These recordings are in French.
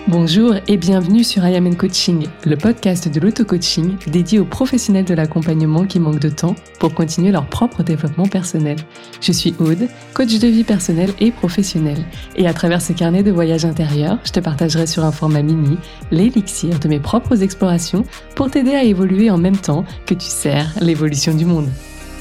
Bonjour et bienvenue sur I Am Coaching, le podcast de l'auto-coaching dédié aux professionnels de l'accompagnement qui manquent de temps pour continuer leur propre développement personnel. Je suis Aude, coach de vie personnelle et professionnelle. Et à travers ce carnet de voyage intérieur, je te partagerai sur un format mini l'élixir de mes propres explorations pour t'aider à évoluer en même temps que tu sers l'évolution du monde.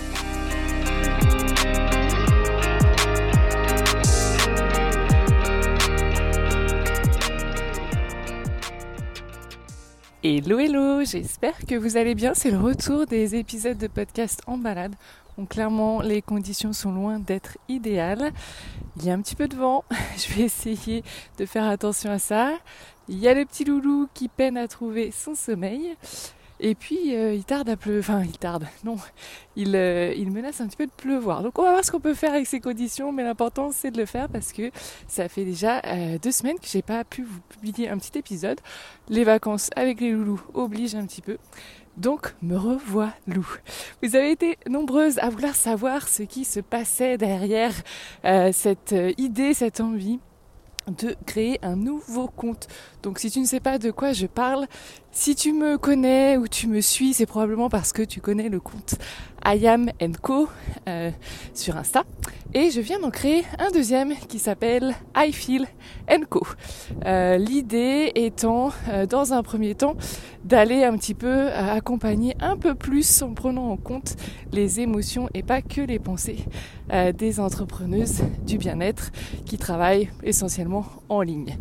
Hello, j'espère que vous allez bien. C'est le retour des épisodes de podcast en balade. Donc clairement, les conditions sont loin d'être idéales. Il y a un petit peu de vent, je vais essayer de faire attention à ça. Il y a le petit loulou qui peine à trouver son sommeil. Et puis il tarde à pleuvoir, enfin il menace un petit peu de pleuvoir. Donc on va voir ce qu'on peut faire avec ces conditions, mais l'important c'est de le faire parce que ça fait déjà 2 semaines que j'ai pas pu vous publier un petit épisode. Les vacances avec les loulous obligent un petit peu. Donc me revoilà. Vous avez été nombreuses à vouloir savoir ce qui se passait derrière cette idée, cette envie de créer un nouveau compte. Donc si tu ne sais pas de quoi je parle, si tu me connais ou tu me suis, c'est probablement parce que tu connais le compte I Am Co sur Insta. Et je viens d'en créer un deuxième qui s'appelle I Feel Co. L'idée étant, dans un premier temps, d'aller un petit peu accompagner un peu plus en prenant en compte les émotions et pas que les pensées des entrepreneuses du bien-être qui travaillent essentiellement en ligne.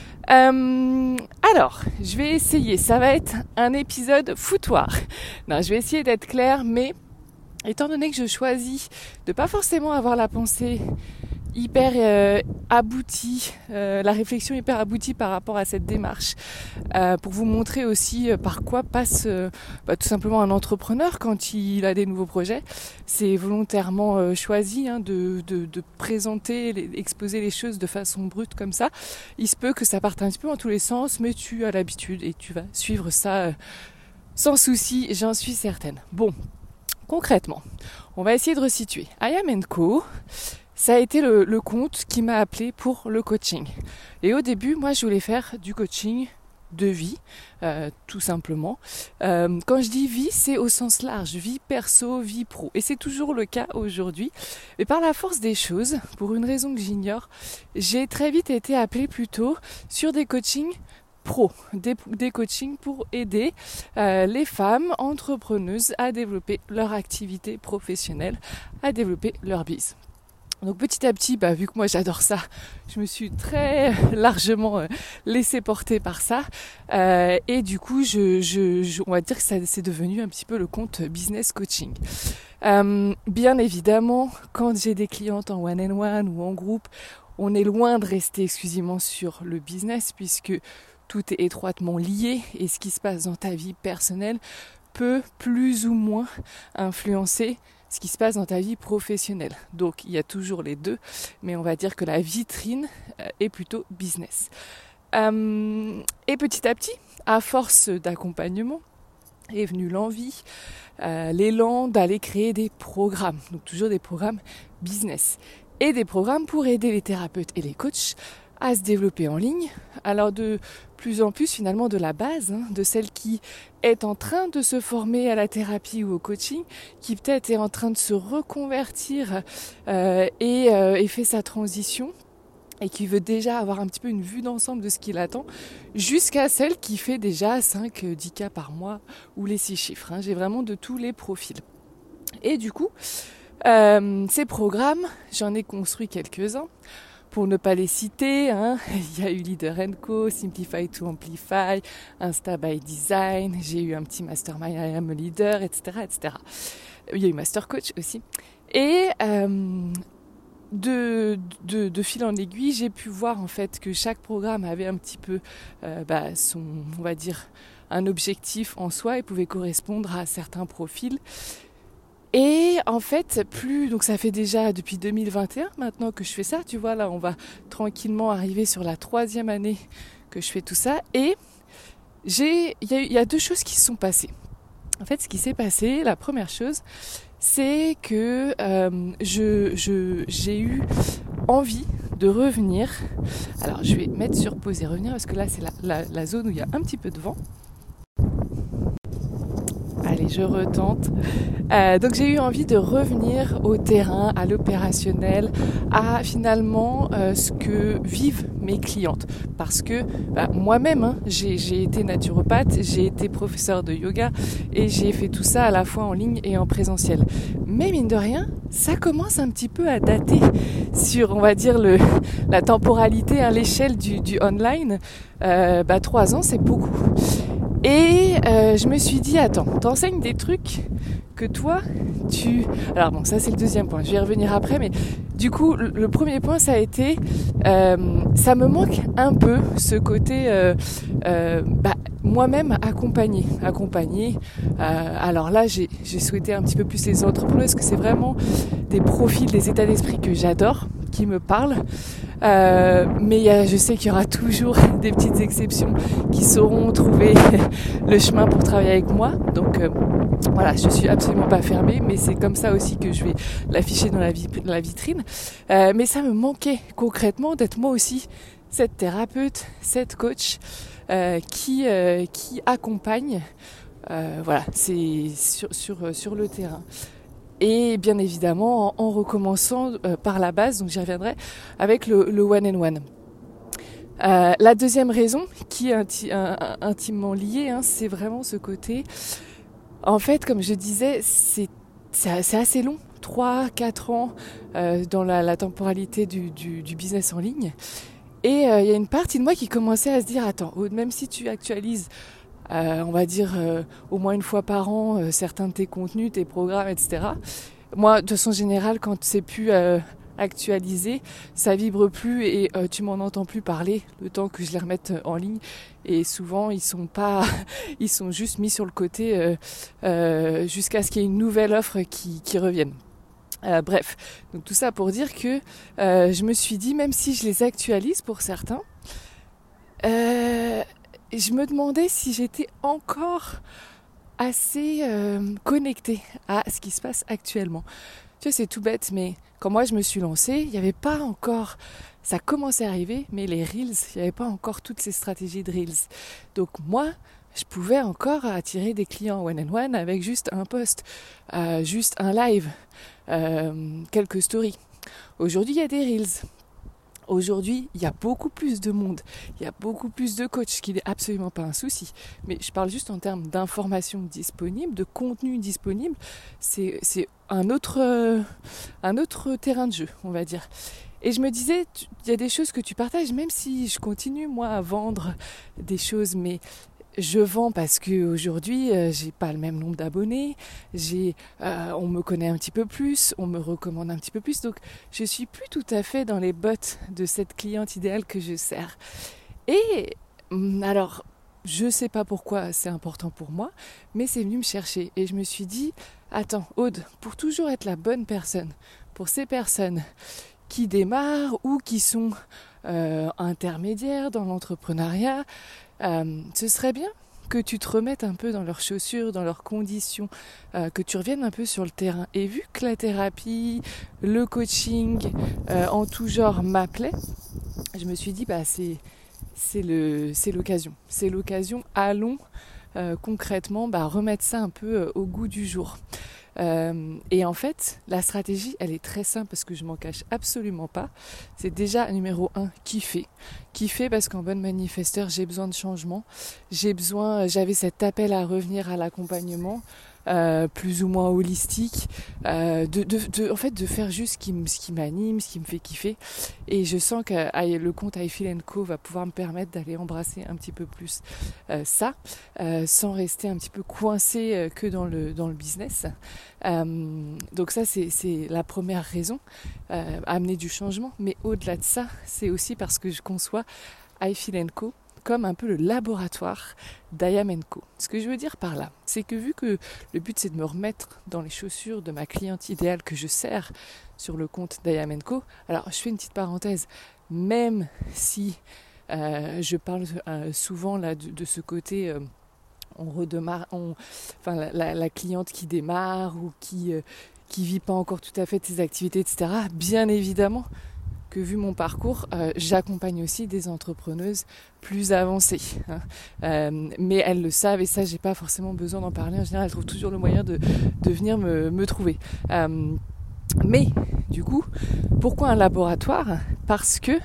Alors, je vais essayer, ça va être un épisode foutoir. Non, je vais essayer d'être claire, mais étant donné que je choisis de pas forcément avoir la pensée hyper aboutie, la réflexion hyper aboutie par rapport à cette démarche, pour vous montrer aussi par quoi passe tout simplement un entrepreneur quand il a des nouveaux projets. C'est volontairement choisi de présenter, exposer les choses de façon brute comme ça. Il se peut que ça parte un petit peu dans tous les sens, mais tu as l'habitude et tu vas suivre ça sans souci, j'en suis certaine. Bon, concrètement, on va essayer de resituer. I Am Co. Ça a été le compte qui m'a appelé pour le coaching. Et au début, moi, je voulais faire du coaching de vie, tout simplement. Quand je dis vie, c'est au sens large, vie perso, vie pro. Et c'est toujours le cas aujourd'hui. Mais par la force des choses, pour une raison que j'ignore, j'ai très vite été appelée plutôt sur des coachings pro, des coachings pour aider les femmes entrepreneuses à développer leur activité professionnelle, à développer leur business. Donc petit à petit, vu que moi j'adore ça, je me suis très largement laissée porter par ça. Et du coup, on va dire que ça c'est devenu un petit peu le compte business coaching. Bien évidemment, quand j'ai des clientes en one-on-one ou en groupe, on est loin de rester exclusivement sur le business puisque tout est étroitement lié et ce qui se passe dans ta vie personnelle peut plus ou moins influencer ce qui se passe dans ta vie professionnelle. Donc il y a toujours les deux, mais on va dire que la vitrine est plutôt business. Et petit à petit, à force d'accompagnement, est venue l'envie, l'élan d'aller créer des programmes. Donc toujours des programmes business. Et des programmes pour aider les thérapeutes et les coachs à se développer en ligne. Alors de plus en plus finalement de la base, de celle qui est en train de se former à la thérapie ou au coaching, qui peut-être est en train de se reconvertir et fait sa transition et qui veut déjà avoir un petit peu une vue d'ensemble de ce qu'il attend, jusqu'à celle qui fait déjà 5-10 cas par mois ou les 6 chiffres. J'ai vraiment de tous les profils. Et du coup, ces programmes, j'en ai construit quelques-uns. Pour ne pas les citer, il y a eu Leader & Co, Simplify to Amplify, Insta by Design, j'ai eu un petit Mastermind I Am a Leader, etc., etc. Il y a eu Master Coach aussi. Et de fil en aiguille, j'ai pu voir en fait que chaque programme avait un petit peu son, on va dire, un objectif en soi et pouvait correspondre à certains profils. Et en fait, donc ça fait déjà depuis 2021 maintenant que je fais ça, tu vois, là on va tranquillement arriver sur la 3e année que je fais tout ça. Et il y a 2 choses qui se sont passées. En fait, ce qui s'est passé, la première chose, c'est que j'ai eu envie de revenir. Alors je vais mettre sur pause et revenir parce que là c'est la zone où il y a un petit peu de vent. Allez, je retente. Donc j'ai eu envie de revenir au terrain, à l'opérationnel, à finalement ce que vivent mes clientes. Parce que moi-même, j'ai été naturopathe, j'ai été professeur de yoga et j'ai fait tout ça à la fois en ligne et en présentiel. Mais mine de rien, ça commence un petit peu à dater sur, on va dire, la temporalité à l'échelle du online. 3 ans, c'est beaucoup. Et je me suis dit, attends, t'enseignes des trucs que toi, Alors bon, ça c'est le deuxième point, je vais y revenir après, mais du coup, le premier point, ça a été, ça me manque un peu ce côté, moi-même accompagner. Alors là, j'ai souhaité un petit peu plus les entrepreneurs, parce que c'est vraiment des profils, des états d'esprit que j'adore, qui me parlent. Mais je sais qu'il y aura toujours des petites exceptions qui sauront trouver le chemin pour travailler avec moi. Donc voilà, je suis absolument pas fermée, mais c'est comme ça aussi que je vais l'afficher dans la vitrine. Mais ça me manquait concrètement d'être moi aussi cette thérapeute, cette coach qui accompagne. Voilà, c'est sur le terrain. Et bien évidemment en recommençant par la base, donc j'y reviendrai, avec le one-on-one. La deuxième raison, qui est intimement liée, c'est vraiment ce côté. En fait, comme je disais, c'est assez long, 3-4 ans dans la temporalité du business en ligne. Et il y a une partie de moi qui commençait à se dire, attends, même si tu actualises on va dire au moins une fois par an certains de tes contenus, tes programmes, etc. Moi, de façon générale, quand c'est plus actualisé, ça vibre plus et tu m'en entends plus parler le temps que je les remette en ligne. Et souvent, ils sont juste mis sur le côté jusqu'à ce qu'il y ait une nouvelle offre qui revienne. Bref, donc tout ça pour dire que je me suis dit, même si je les actualise pour certains, je me demandais si j'étais encore assez connectée à ce qui se passe actuellement. Tu sais, c'est tout bête, mais quand moi je me suis lancée, il n'y avait pas encore... Ça commençait à arriver, mais les Reels, il n'y avait pas encore toutes ces stratégies de Reels. Donc moi, je pouvais encore attirer des clients one-on-one avec juste un post, juste un live, quelques stories. Aujourd'hui, il y a des Reels. Aujourd'hui, il y a beaucoup plus de monde, il y a beaucoup plus de coachs, ce qui n'est absolument pas un souci. Mais je parle juste en termes d'informations disponibles, de contenu disponible. C'est un autre terrain de jeu, on va dire. Et je me disais, il y a des choses que tu partages, même si je continue, moi, à vendre des choses, mais je vends parce qu'aujourd'hui, j'ai pas le même nombre d'abonnés, on me connaît un petit peu plus, on me recommande un petit peu plus, donc je suis plus tout à fait dans les bottes de cette cliente idéale que je sers. Et alors, je sais pas pourquoi c'est important pour moi, mais c'est venu me chercher. Et je me suis dit, attends, Aude, pour toujours être la bonne personne, pour ces personnes qui démarrent ou qui sont intermédiaires dans l'entrepreneuriat, ce serait bien que tu te remettes un peu dans leurs chaussures, dans leurs conditions, que tu reviennes un peu sur le terrain. Et vu que la thérapie, le coaching en tout genre m'appelait, je me suis dit c'est l'occasion. C'est l'occasion, allons concrètement remettre ça un peu au goût du jour. Et en fait, la stratégie, elle est très simple parce que je m'en cache absolument pas. C'est déjà numéro 1, kiffer. Kiffer parce qu'en bonne manifesteur, j'ai besoin de changement. J'avais cet appel à revenir à l'accompagnement, plus ou moins holistique, en fait, de faire juste ce qui m'anime, ce qui me fait kiffer. Et je sens que le compte I Feel & Co va pouvoir me permettre d'aller embrasser un petit peu plus ça, sans rester un petit peu coincé que dans le business. Donc ça, c'est la première raison, amener du changement. Mais au-delà de ça, c'est aussi parce que je conçois I Feel & Co comme un peu le laboratoire d'Ayam & Co. Ce que je veux dire par là, c'est que vu que le but c'est de me remettre dans les chaussures de ma cliente idéale que je sers sur le compte d'Ayam & Co, alors je fais une petite parenthèse, même si je parle souvent là de ce côté on redémarre, la cliente qui démarre ou qui vit pas encore tout à fait de ses activités, etc. Bien évidemment que vu mon parcours, j'accompagne aussi des entrepreneuses plus avancées. Mais elles le savent et ça, j'ai pas forcément besoin d'en parler. En général, elles trouvent toujours le moyen de venir me trouver. Mais du coup, pourquoi un laboratoire ? Parce que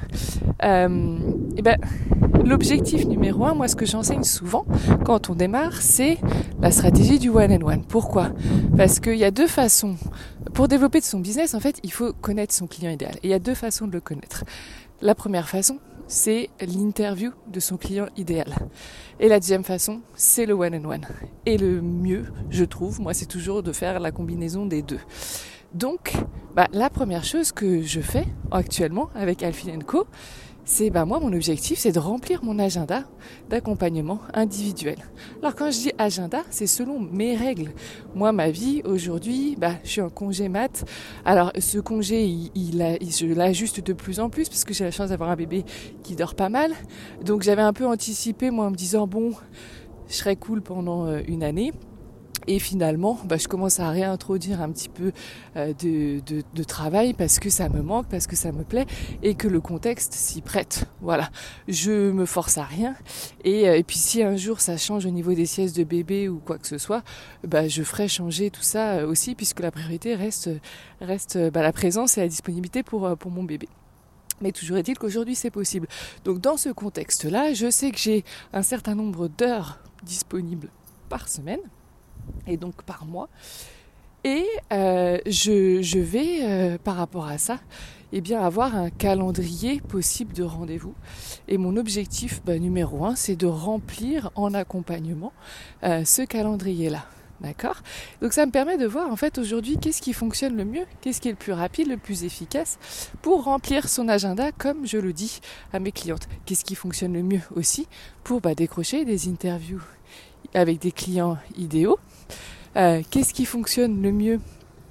l'objectif numéro 1, moi ce que j'enseigne souvent quand on démarre, c'est la stratégie du one-on-one. Pourquoi ? Parce qu'il y a deux façons. Pour développer son business, en fait, il faut connaître son client idéal. Et il y a deux façons de le connaître. La première façon, c'est l'interview de son client idéal. Et la deuxième façon, c'est le one-on-one. Et le mieux, je trouve, moi, c'est toujours de faire la combinaison des deux. Donc, la première chose que je fais actuellement avec Alphine & Co, c'est moi, mon objectif, c'est de remplir mon agenda d'accompagnement individuel. Alors quand je dis agenda, c'est selon mes règles. Moi, ma vie, aujourd'hui, je suis en congé mat. Alors ce congé, je l'ajuste de plus en plus parce que j'ai la chance d'avoir un bébé qui dort pas mal. Donc j'avais un peu anticipé, moi, en me disant, je serais cool pendant une année. Et finalement, je commence à réintroduire un petit peu de travail parce que ça me manque, parce que ça me plaît et que le contexte s'y prête. Voilà, je me force à rien. Et puis si un jour ça change au niveau des siestes de bébé ou quoi que ce soit, je ferai changer tout ça aussi puisque la priorité reste la présence et la disponibilité pour mon bébé. Mais toujours est-il qu'aujourd'hui c'est possible. Donc dans ce contexte-là, je sais que j'ai un certain nombre d'heures disponibles par semaine. Et donc par mois. Et je vais, par rapport à ça, avoir un calendrier possible de rendez-vous. Et mon objectif numéro 1, c'est de remplir en accompagnement ce calendrier-là. D'accord ? Donc ça me permet de voir en fait aujourd'hui qu'est-ce qui fonctionne le mieux, qu'est-ce qui est le plus rapide, le plus efficace pour remplir son agenda comme je le dis à mes clientes. Qu'est-ce qui fonctionne le mieux aussi pour décrocher des interviews avec des clients idéaux. Qu'est-ce qui fonctionne le mieux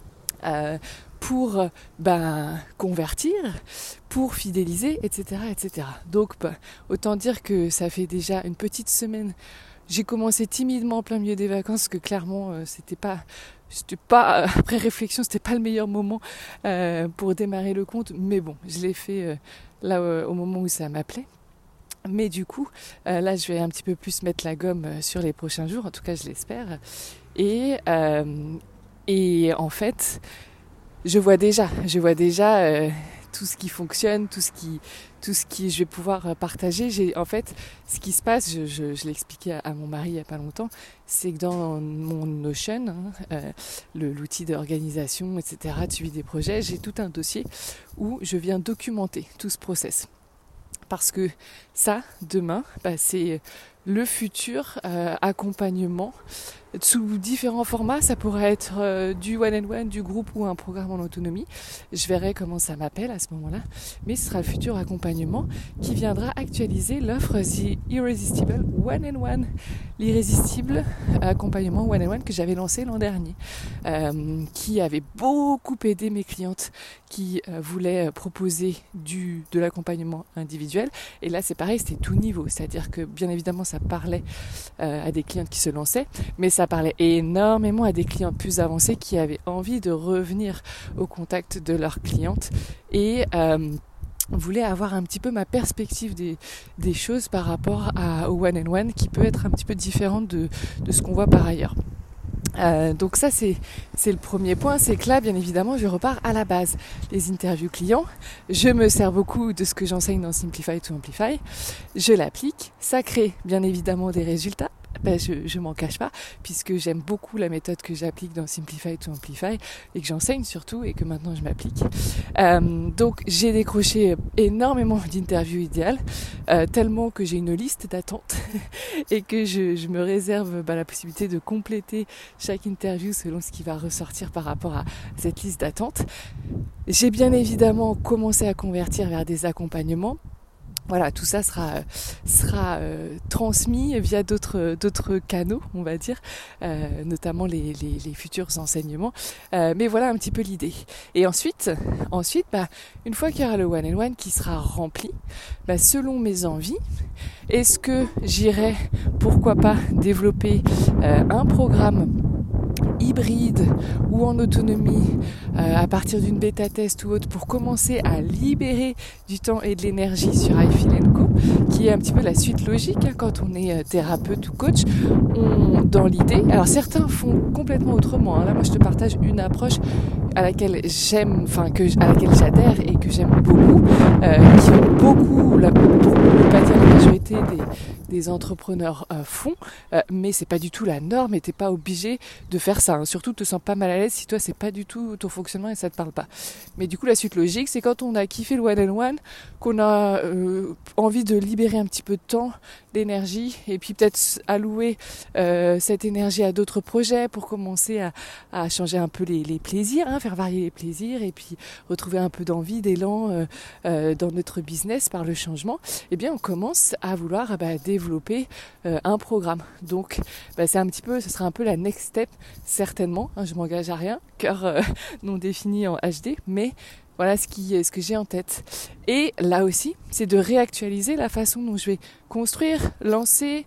pour convertir, pour fidéliser, etc. etc. Donc autant dire que ça fait déjà une petite semaine. J'ai commencé timidement en plein milieu des vacances, que clairement c'était pas après réflexion, c'était pas le meilleur moment pour démarrer le compte. Mais bon, je l'ai fait au moment où ça m'appelait. Mais du coup, là, je vais un petit peu plus mettre la gomme sur les prochains jours, en tout cas, je l'espère. Et en fait, je vois déjà tout ce qui fonctionne, tout ce qui je vais pouvoir partager. En fait, ce qui se passe, je l'ai expliqué à mon mari il n'y a pas longtemps, c'est que dans mon Notion, l'outil d'organisation, etc., de suivi des projets, j'ai tout un dossier où je viens documenter tout ce process. Parce que ça, demain, c'est le futur accompagnement sous différents formats. Ça pourrait être du one-on-one, du groupe ou un programme en autonomie. Je verrai comment ça m'appelle à ce moment-là. Mais ce sera le futur accompagnement qui viendra actualiser l'offre The Irresistible One-on-One. L'irrésistible accompagnement one-on-one que j'avais lancé l'an dernier. Qui avait beaucoup aidé mes clientes qui voulaient proposer de l'accompagnement individuel. Et là, c'est pareil, c'était tout niveau. C'est-à-dire que, bien évidemment, ça parlait à des clientes qui se lançaient, mais ça parlait énormément à des clients plus avancés qui avaient envie de revenir au contact de leurs clientes et voulaient avoir un petit peu ma perspective des choses par rapport au one-on-one qui peut être un petit peu différente de ce qu'on voit par ailleurs. Donc ça c'est le premier point, c'est que là bien évidemment je repars à la base. Les interviews clients, je me sers beaucoup de ce que j'enseigne dans Simplify to Amplify, je l'applique, ça crée bien évidemment des résultats. Je m'en cache pas, puisque j'aime beaucoup la méthode que j'applique dans Simplify to Amplify et que j'enseigne surtout et que maintenant je m'applique. Donc j'ai décroché énormément d'interviews idéales, tellement que j'ai une liste d'attente et que je me réserve la possibilité de compléter chaque interview selon ce qui va ressortir par rapport à cette liste d'attente. J'ai bien évidemment commencé à convertir vers des accompagnements. Voilà, tout ça sera transmis via d'autres canaux, on va dire, notamment les futurs enseignements. Mais voilà un petit peu l'idée. Et ensuite, une fois qu'il y aura le one-on-one qui sera rempli, selon mes envies, est-ce que j'irai, pourquoi pas, développer un programme hybride ou en autonomie à partir d'une bêta-test ou autre pour commencer à libérer du temps et de l'énergie sur I Feel & Co, qui est un petit peu la suite logique quand on est thérapeute ou coach. Dans l'idée, alors certains font complètement autrement. Là, moi, je te partage une approche à laquelle à laquelle j'adhère et que j'aime beaucoup, qui beaucoup, pour ne pas dire la majorité des entrepreneurs font, mais c'est pas du tout la norme et t'es pas obligé de faire ça. Surtout, te sens pas mal à l'aise si toi c'est pas du tout ton fonctionnement et ça te parle pas. Mais du coup, la suite logique, c'est quand on a kiffé le one-on-one, qu'on a envie de libérer un petit peu de temps, d'énergie, et puis peut-être allouer cette énergie à d'autres projets pour commencer à changer un peu les plaisirs, faire varier les plaisirs, et puis retrouver un peu d'envie, d'élan dans notre business par le changement. Eh bien, on commence à vouloir développer un programme. Donc, ce sera un peu la next step, certainement. Je m'engage à rien, cœur non défini en HD, mais voilà ce que j'ai en tête. Et là aussi, c'est de réactualiser la façon dont je vais construire, lancer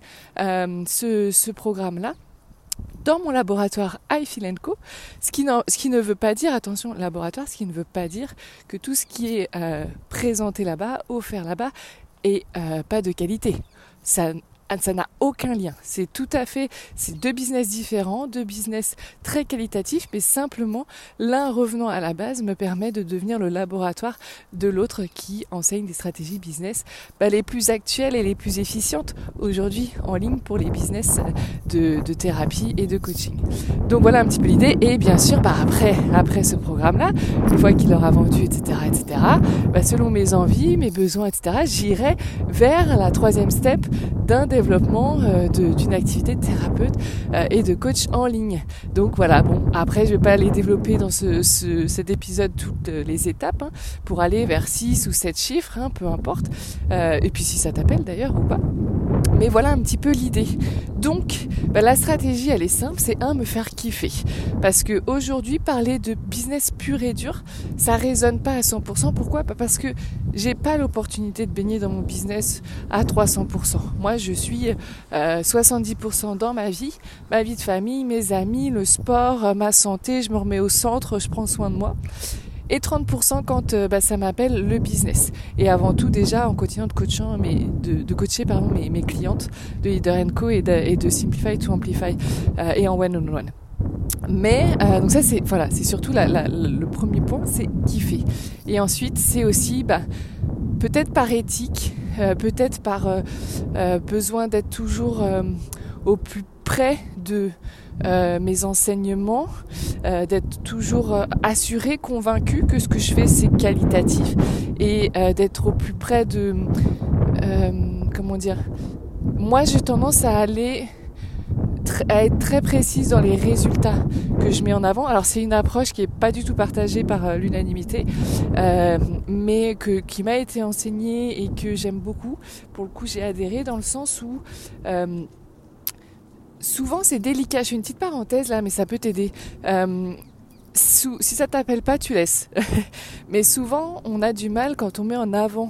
ce programme-là dans mon laboratoire I Feel & Co. Ce qui ne veut pas dire, attention, laboratoire, ce qui ne veut pas dire que tout ce qui est présenté là-bas, offert là-bas, est pas de qualité. Ça n'a aucun lien. C'est deux business différents, deux business très qualitatifs, mais simplement l'un revenant à la base me permet de devenir le laboratoire de l'autre qui enseigne des stratégies business les plus actuelles et les plus efficientes aujourd'hui en ligne pour les business de thérapie et de coaching. Donc voilà un petit peu l'idée. Et bien sûr, après ce programme-là, une fois qu'il aura vendu, etc., selon mes envies, mes besoins, etc., j'irai vers la troisième step d'un développement d'une activité de thérapeute et de coach en ligne. Donc voilà, après je vais pas aller développer dans cet épisode toutes les étapes pour aller vers 6 ou 7 chiffres, peu importe, et puis si ça t'appelle d'ailleurs ou pas. Mais voilà un petit peu l'idée. Donc la stratégie elle est simple, c'est me faire kiffer. Parce que aujourd'hui parler de business pur et dur, ça résonne pas à 100%. Pourquoi ? Parce que j'ai pas l'opportunité de baigner dans mon business à 300%. Moi je suis 70% dans ma vie de famille, mes amis, le sport, ma santé, je me remets au centre, je prends soin de moi. Et 30% quand ça m'appelle le business. Et avant tout déjà en continuant de coacher mes clientes de Leader & Co et de Simplify to Amplify et en one-on-one. Mais donc ça c'est surtout le premier point, c'est kiffer. Et ensuite c'est aussi peut-être par éthique, peut-être par besoin d'être toujours au plus près de mes enseignements, d'être toujours assuré, convaincu que ce que je fais c'est qualitatif et d'être au plus près de moi j'ai tendance à être très précise dans les résultats que je mets en avant. Alors c'est une approche qui est pas du tout partagée par l'unanimité, mais qui m'a été enseignée et que j'aime beaucoup. Pour le coup j'ai adhéré dans le sens où souvent c'est délicat. Je fais une petite parenthèse là, mais ça peut t'aider. Si ça t'appelle pas, tu laisses. Mais souvent on a du mal quand on met en avant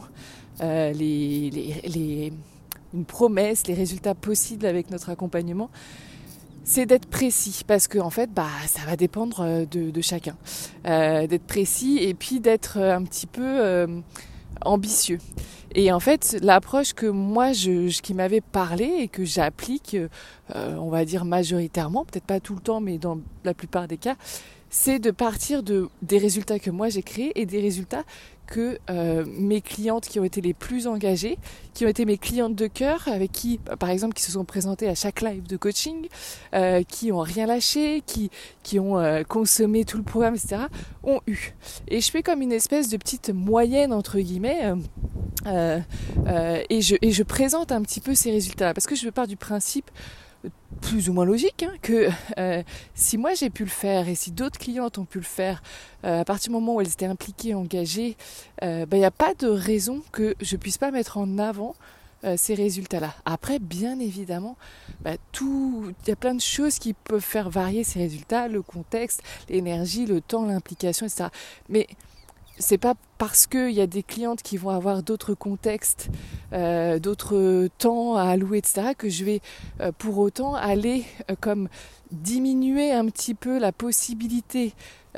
une promesse, les résultats possibles avec notre accompagnement, c'est d'être précis parce que en fait ça va dépendre de chacun, d'être précis et puis d'être un petit peu ambitieux. Et en fait l'approche que moi qui m'avait parlé et que j'applique on va dire majoritairement, peut-être pas tout le temps mais dans la plupart des cas, c'est de partir des résultats que moi j'ai créés et des résultats que mes clientes qui ont été les plus engagées, qui ont été mes clientes de cœur, avec qui, par exemple, qui se sont présentées à chaque live de coaching, qui ont rien lâché, qui ont consommé tout le programme, etc., ont eu. Et je fais comme une espèce de petite moyenne, entre guillemets, et je présente un petit peu ces résultats, parce que je pars du principe plus ou moins logique que si moi j'ai pu le faire et si d'autres clientes ont pu le faire à partir du moment où elles étaient impliquées, engagées, il n'y a pas de raison que je puisse pas mettre en avant ces résultats-là. Après, bien évidemment, il y a plein de choses qui peuvent faire varier ces résultats, le contexte, l'énergie, le temps, l'implication, etc. Mais c'est pas parce qu'il y a des clientes qui vont avoir d'autres contextes, d'autres temps à allouer, etc., que je vais pour autant aller comme diminuer un petit peu la possibilité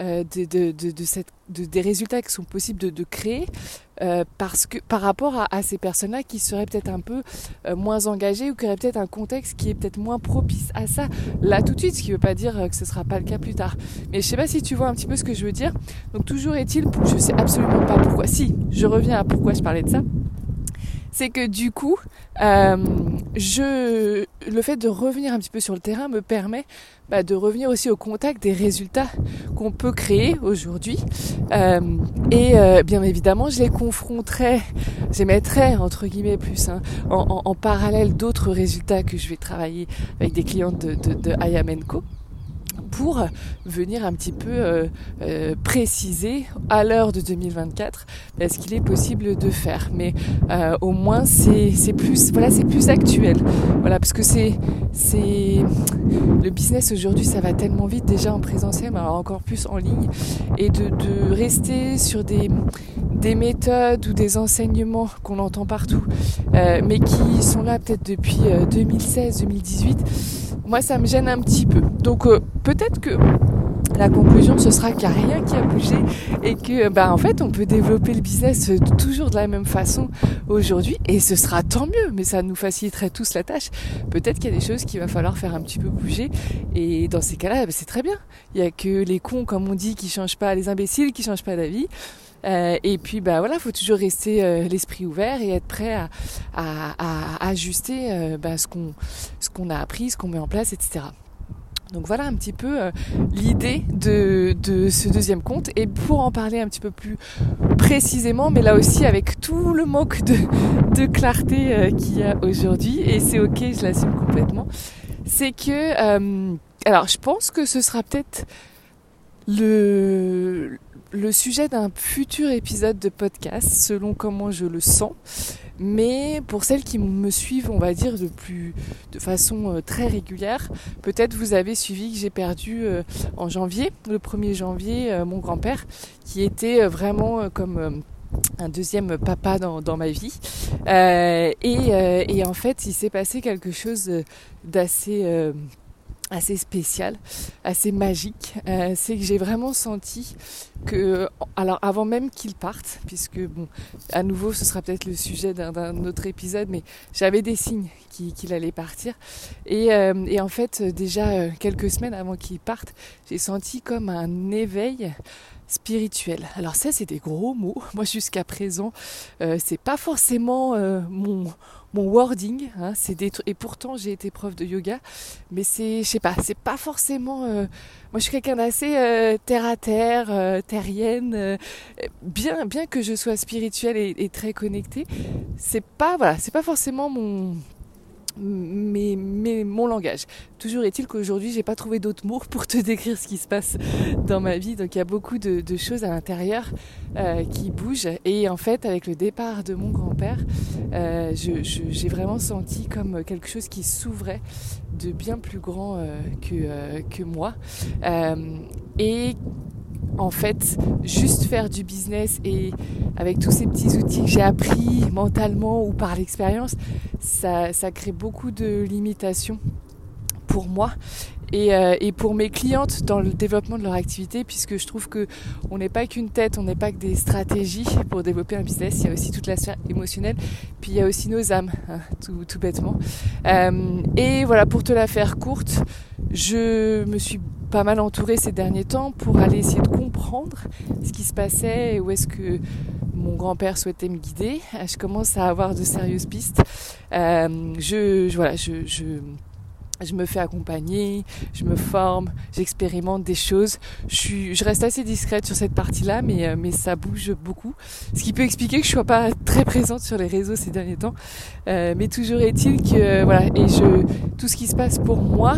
des résultats qui sont possibles de créer, parce que par rapport à ces personnes-là qui seraient peut-être un peu moins engagées ou qui auraient peut-être un contexte qui est peut-être moins propice à ça là tout de suite, ce qui ne veut pas dire que ce ne sera pas le cas plus tard. Mais je ne sais pas si tu vois un petit peu ce que je veux dire. Donc toujours est-il, je ne sais absolument pas pourquoi. Si, je reviens à pourquoi je parlais de ça. C'est que du coup, le fait de revenir un petit peu sur le terrain me permet de revenir aussi au contact des résultats qu'on peut créer aujourd'hui. Bien évidemment, je mettrai entre guillemets plus en parallèle d'autres résultats que je vais travailler avec des clientes de I Am & Co, pour venir un petit peu préciser à l'heure de 2024 ce qu'il est possible de faire. Mais au moins c'est plus actuel. Voilà, parce que c'est le business aujourd'hui, ça va tellement vite déjà en présentiel, mais alors encore plus en ligne, et de rester sur des méthodes ou des enseignements qu'on entend partout, mais qui sont là peut-être depuis 2016-2018. Moi, ça me gêne un petit peu. Donc, peut-être que la conclusion, ce sera qu'il n'y a rien qui a bougé et que, en fait, on peut développer le business toujours de la même façon aujourd'hui, et ce sera tant mieux, mais ça nous faciliterait tous la tâche. Peut-être qu'il y a des choses qu'il va falloir faire un petit peu bouger, et dans ces cas-là, c'est très bien. Il n'y a que les cons, comme on dit, qui changent pas, les imbéciles qui changent pas d'avis. Et puis faut toujours rester l'esprit ouvert et être prêt à ajuster ce qu'on a appris, ce qu'on met en place, etc. Donc voilà un petit peu l'idée de ce deuxième compte. Et pour en parler un petit peu plus précisément, mais là aussi avec tout le manque de clarté qu'il y a aujourd'hui, et c'est ok, je l'assume complètement, c'est que alors je pense que ce sera peut-être le sujet d'un futur épisode de podcast, selon comment je le sens. Mais pour celles qui me suivent, on va dire de façon très régulière, peut-être vous avez suivi que j'ai perdu en janvier, le 1er janvier, mon grand-père, qui était vraiment comme un deuxième papa dans ma vie. Et en fait, il s'est passé quelque chose d'assez assez spécial, assez magique. C'est que j'ai vraiment senti que, alors avant même qu'il parte, puisque à nouveau ce sera peut-être le sujet d'un autre épisode, mais j'avais des signes qu'il allait partir, et en fait déjà quelques semaines avant qu'il parte, j'ai senti comme un éveil spirituel. Alors ça, c'est des gros mots. Moi, jusqu'à présent, c'est pas forcément mon wording, et pourtant j'ai été prof de yoga, mais c'est pas forcément. Moi, je suis quelqu'un d'assez terre à terre, terrienne. Bien que je sois spirituelle et très connectée, c'est pas forcément mon langage. Toujours est-il qu'aujourd'hui, j'ai pas trouvé d'autres mots pour te décrire ce qui se passe dans ma vie. Donc il y a beaucoup de choses à l'intérieur qui bougent. Et en fait, avec le départ de mon grand-père, j'ai vraiment senti comme quelque chose qui s'ouvrait de bien plus grand que moi. Et en fait, juste faire du business, et avec tous ces petits outils que j'ai appris mentalement ou par l'expérience, ça crée beaucoup de limitations pour moi et pour mes clientes dans le développement de leur activité, puisque je trouve que on n'est pas qu'une tête, on n'est pas que des stratégies pour développer un business. Il y a aussi toute la sphère émotionnelle, puis il y a aussi nos âmes, tout bêtement. Et voilà, pour te la faire courte, je me suis pas mal entourée ces derniers temps pour aller essayer de comprendre ce qui se passait et où est-ce que mon grand-père souhaitait me guider. Je commence à avoir de sérieuses pistes. Je me fais accompagner, je me forme, j'expérimente des choses. Je reste assez discrète sur cette partie-là, mais ça bouge beaucoup. Ce qui peut expliquer que je sois pas très présente sur les réseaux ces derniers temps. Mais toujours est-il que tout ce qui se passe pour moi,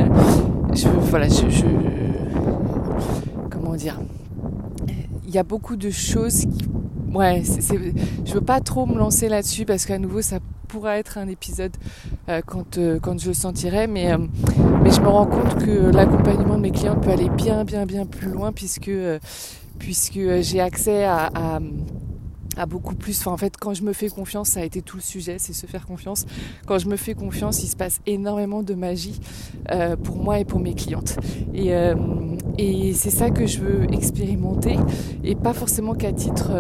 comment dire, il y a beaucoup de choses je veux pas trop me lancer là-dessus parce qu'à nouveau ça pourra être un épisode quand je le sentirai, mais je me rends compte que l'accompagnement de mes clientes peut aller bien plus loin, puisque puisque j'ai accès à beaucoup plus. Enfin, en fait, quand je me fais confiance, ça a été tout le sujet, c'est se faire confiance. Quand je me fais confiance, il se passe énormément de magie pour moi et pour mes clientes. Et c'est ça que je veux expérimenter, et pas forcément qu'à titre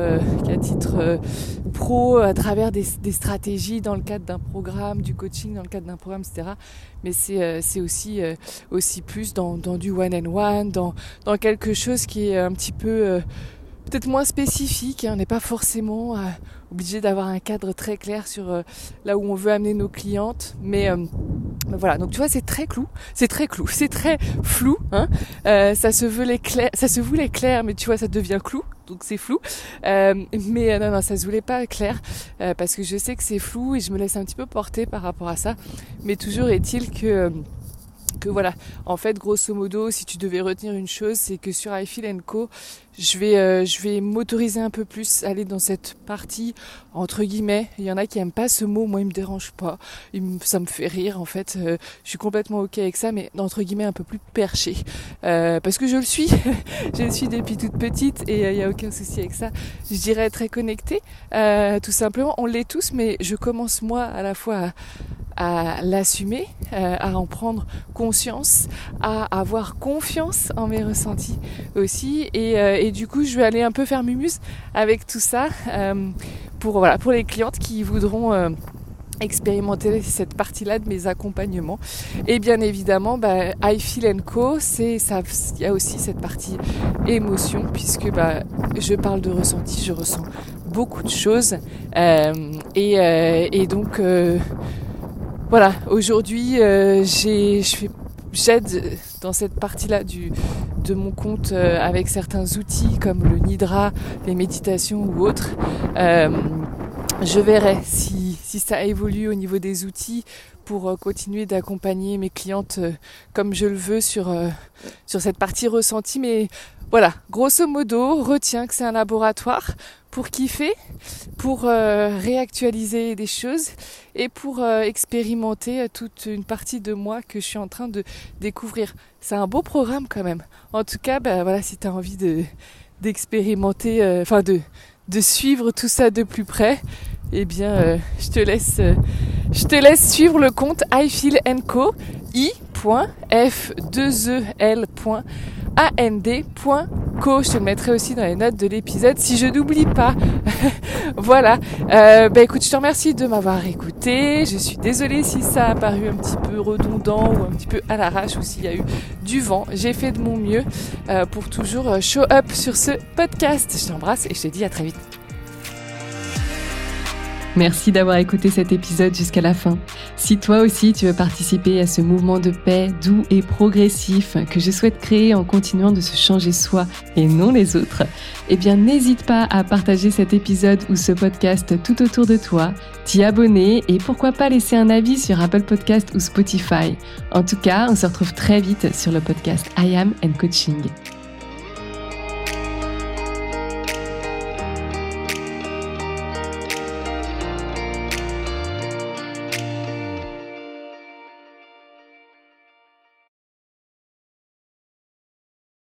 pro, à travers des stratégies dans le cadre d'un programme, du coaching dans le cadre d'un programme, etc. Mais c'est aussi plus dans du one-on-one, dans quelque chose qui est un petit peu peut-être moins spécifique, hein. On n'est pas forcément obligé d'avoir un cadre très clair sur là où on veut amener nos clientes, mais voilà. Donc tu vois, c'est très flou, hein. Ça se voulait clair, mais tu vois, ça devient flou, donc c'est flou. Mais non, ça se voulait pas clair, parce que je sais que c'est flou et je me laisse un petit peu porter par rapport à ça. Mais toujours est-il que voilà, en fait, grosso modo, si tu devais retenir une chose, c'est que sur I Feel & Co, je vais m'autoriser un peu plus à aller dans cette partie entre guillemets. Il y en a qui aiment pas ce mot, moi il me dérange pas, ça me fait rire en fait. Je suis complètement ok avec ça, mais entre guillemets un peu plus perché, parce que je le suis, je le suis depuis toute petite et il y a aucun souci avec ça. Je dirais très connectée, tout simplement. On l'est tous, mais je commence moi à la fois à l'assumer, à en prendre conscience, à avoir confiance en mes ressentis aussi, et du coup je vais aller un peu faire mumuse avec tout ça pour les clientes qui voudront expérimenter cette partie-là de mes accompagnements. Et bien évidemment, I Feel & Co, il y a aussi cette partie émotion, puisque je parle de ressenti, je ressens beaucoup de choses, et donc voilà, aujourd'hui j'aide dans cette partie-là de mon compte avec certains outils comme le Nidra, les méditations ou autres. Je verrai si ça évolue au niveau des outils pour continuer d'accompagner mes clientes comme je le veux sur cette partie ressentie. Mais voilà, grosso modo, retiens que c'est un laboratoire pour kiffer, pour réactualiser des choses et pour expérimenter toute une partie de moi que je suis en train de découvrir. C'est un beau programme quand même. En tout cas, voilà, si tu as envie d'expérimenter, de suivre tout ça de plus près, eh bien, je te laisse suivre le compte I Feel & Co, i.f2el.and.co. Je te le mettrai aussi dans les notes de l'épisode si je n'oublie pas. Voilà. Écoute, je te remercie de m'avoir écouté. Je suis désolée si ça a paru un petit peu redondant ou un petit peu à l'arrache, ou s'il y a eu du vent. J'ai fait de mon mieux pour toujours show up sur ce podcast. Je t'embrasse et je te dis à très vite. Merci d'avoir écouté cet épisode jusqu'à la fin. Si toi aussi tu veux participer à ce mouvement de paix doux et progressif que je souhaite créer en continuant de se changer soi et non les autres, eh bien n'hésite pas à partager cet épisode ou ce podcast tout autour de toi, t'y abonner et pourquoi pas laisser un avis sur Apple Podcast ou Spotify. En tout cas, on se retrouve très vite sur le podcast I Am & Coaching.